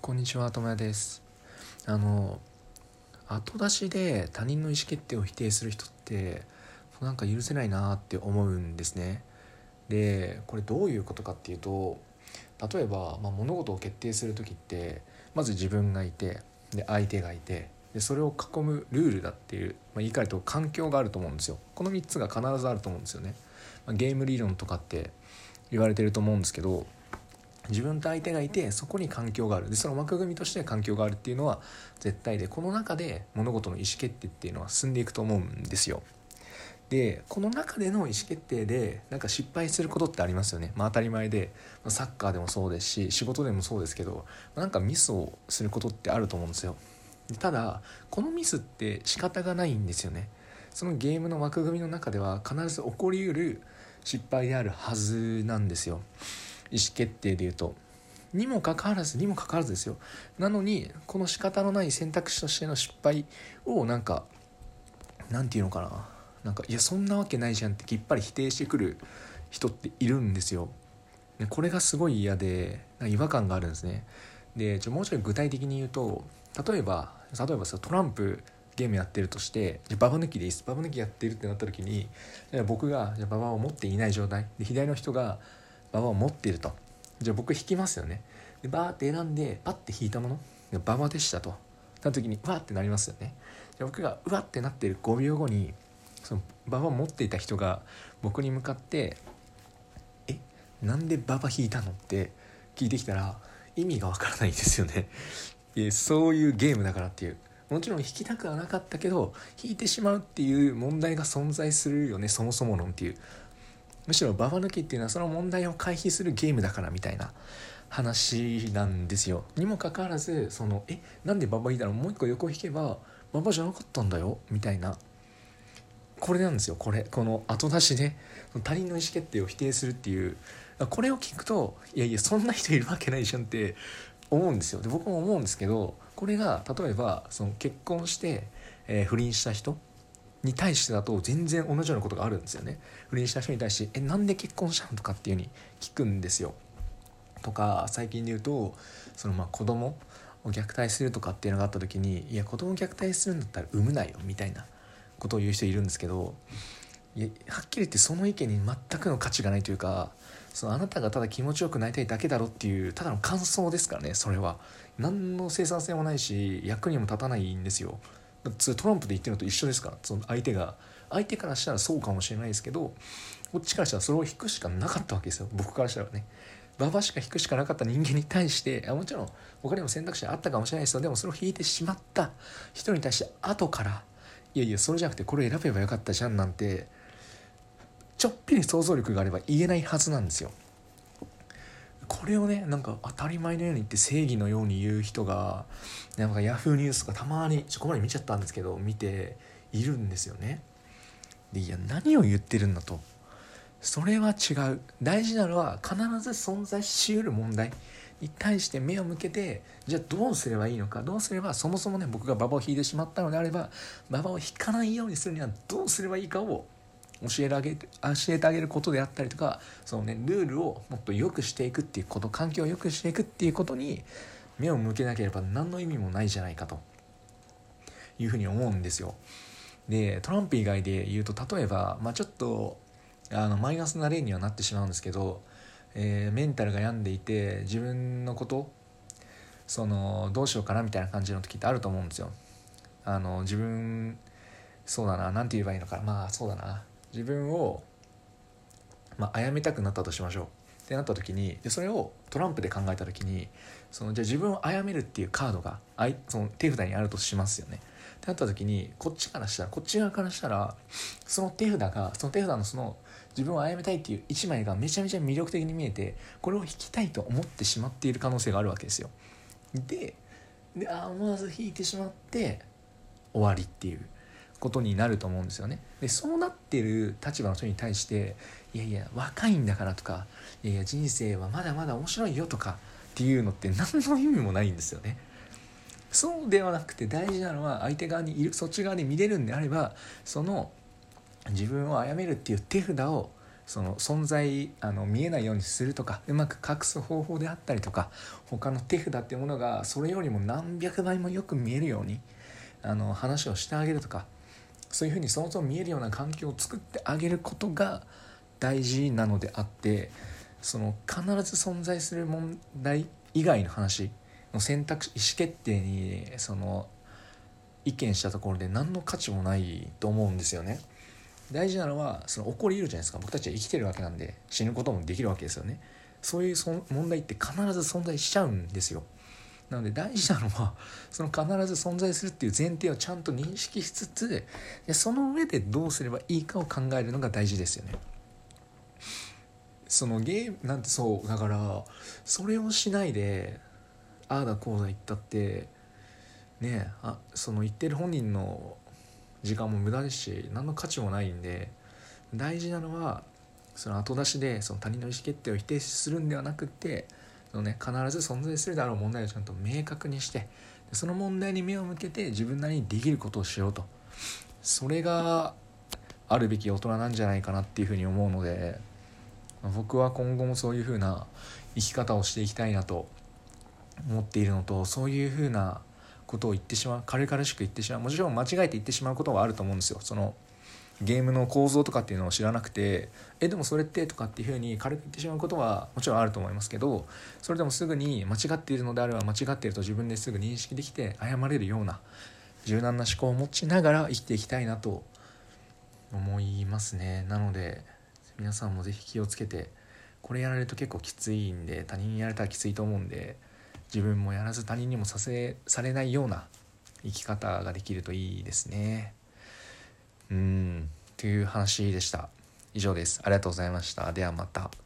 こんにちは、ともやです。後出しで他人の意思決定を否定する人ってなんか許せないなって思うんですね。で、これどういうことかっていうと、例えば、物事を決定する時ってまず自分がいて、で相手がいて、でそれを囲むルールだっていう、言い換えると環境があると思うんですよ。この3つが必ずあると思うんですよね。ゲーム理論とかって言われてると思うんですけど、自分と相手がいてそこに環境がある、でその枠組みとして環境があるっていうのは絶対で、この中で物事の意思決定っていうのは進んでいくと思うんですよ。でこの中での意思決定でなんか失敗することってありますよね。当たり前で、サッカーでもそうですし仕事でもそうですけど、なんかミスをすることってあると思うんですよ。ただこのミスって仕方がないんですよね。そのゲームの枠組みの中では必ず起こりうる失敗であるはずなんですよ。意思決定でいうとにもかかわらずですよ。なのにこの仕方のない選択肢としての失敗をなんていうのかな、いやそんなわけないじゃんってきっぱり否定してくる人っているんですよ。でこれがすごい嫌で違和感があるんですね。でもうちょい具体的に言うと、例えばトランプゲームやってるとして、ババ抜きでいいです。ババ抜きやってるってなった時に、僕がババを持っていない状態で左の人がババを持っていると、じゃあ僕引きますよね。でバーって選んでパッて引いたものババでしたとなった時にうわってなりますよね。じゃあ僕がうわってなってる5秒後にそのババを持っていた人が僕に向かってなんでババ引いたのって聞いてきたら意味がわからないんですよね。そういうゲームだからっていう、もちろん引きたくはなかったけど引いてしまうっていう問題が存在するよね、そもそも論っていう。むしろババ抜きっていうのはその問題を回避するゲームだからみたいな話なんですよ。にもかかわらずなんでババ引いたの、もう一個横引けばババじゃなかったんだよみたいな、これなんですよ。この後出しで他人の意思決定を否定するっていう、これを聞くといやいやそんな人いるわけないじゃんって思うんですよ。で僕も思うんですけど、これが例えばその結婚して、不倫した人に対してだと全然同じようなことがあるんですよね。不倫した人に対してなんで結婚したのとかっていう風に聞くんですよ。とか最近で言うと子供を虐待するとかっていうのがあった時に、いや子供を虐待するんだったら産むなよみたいなことを言う人いるんですけど、いやはっきり言ってその意見に全くの価値がないというか、あなたがただ気持ちよくなりたいだけだろっていうただの感想ですからね。それは何の生産性もないし役にも立たないんですよ。トランプで言ってるのと一緒ですから。相手からしたらそうかもしれないですけど、こっちからしたらそれを引くしかなかったわけですよ。僕からしたらね、馬場しか引くしかなかった人間に対して、もちろん他にも選択肢あったかもしれないですよ。でもそれを引いてしまった人に対して後からいやいやそれじゃなくてこれ選べばよかったじゃんなんてちょっぴり想像力があれば言えないはずなんですよ。これをね当たり前のように言って正義のように言う人がヤフーニュースとかたまにここまで見ちゃったんですけど見ているんですよね。でいや何を言ってるんだと。それは違う。大事なのは必ず存在しうる問題に対して目を向けて、じゃあどうすればいいのか、どうすればそもそもね僕が馬場を引いてしまったのであれば馬場を引かないようにするにはどうすればいいかを教えてあげることであったりとか、ルールをもっと良くしていくっていうこと、環境を良くしていくっていうことに目を向けなければ何の意味もないじゃないかというふうに思うんですよ。でトランプ以外で言うと、例えばちょっとマイナスな例にはなってしまうんですけど、メンタルが病んでいて自分のことどうしようかなみたいな感じの時ってあると思うんですよ。自分そうだな、なんて言えばいいのかな、そうだな、自分を殺めたくなったとしましょうってなった時に、それをトランプで考えた時にじゃあ自分を殺めるっていうカードがその手札にあるとしますよね。ってなった時にこっち側からしたらその手札の自分を殺めたいっていう一枚がめちゃめちゃ魅力的に見えて、これを引きたいと思ってしまっている可能性があるわけですよ。で思わず引いてしまって終わりっていうことになると思うんですよね。でそうなっている立場の人に対していやいや若いんだからとか、いやいや人生はまだまだ面白いよとかっていうのって何の意味もないんですよね。そうではなくて大事なのは相手側にいる、そっち側で見れるんであれば自分を殺めるっていう手札をその存在見えないようにするとか、うまく隠す方法であったりとか、他の手札っていうものがそれよりも何百倍もよく見えるように話をしてあげるとか、そういうふうにそもそも見えるような環境を作ってあげることが大事なのであって、その必ず存在する問題以外の話の選択意思決定にその意見したところで何の価値もないと思うんですよね。大事なのはその起こり得るじゃないですか。僕たちは生きてるわけなんで死ぬこともできるわけですよね。そういう問題って必ず存在しちゃうんですよ。なので大事なのはその必ず存在するっていう前提をちゃんと認識しつつ、でその上でどうすればいいかを考えるのが大事ですよね。そのゲームなんてそうだから、それをしないでああだこうだ言ったってね、その言ってる本人の時間も無駄ですし何の価値もないんで、大事なのはその後出しでその他人の意思決定を否定するんではなくて、その、ね、必ず存在するであろう問題をちゃんと明確にして、その問題に目を向けて自分なりにできることをしようと、それがあるべき大人なんじゃないかなっていうふうに思うので、僕は今後もそういうふうな生き方をしていきたいなと思っているのと、そういうふうなことを言ってしまう、軽々しく言ってしまう、もちろん間違えて言ってしまうことはあると思うんですよ。そのゲームの構造とかっていうのを知らなくてでもそれってとかっていうふうに軽く言ってしまうことはもちろんあると思いますけど、それでもすぐに間違っているのであれば間違っていると自分ですぐ認識できて謝れるような柔軟な思考を持ちながら生きていきたいなと思いますね。なので皆さんもぜひ気をつけて、これやられると結構きついんで、他人にやられたらきついと思うんで、自分もやらず他人にもされないような生き方ができるといいですね。という話でした。以上です。ありがとうございました。ではまた。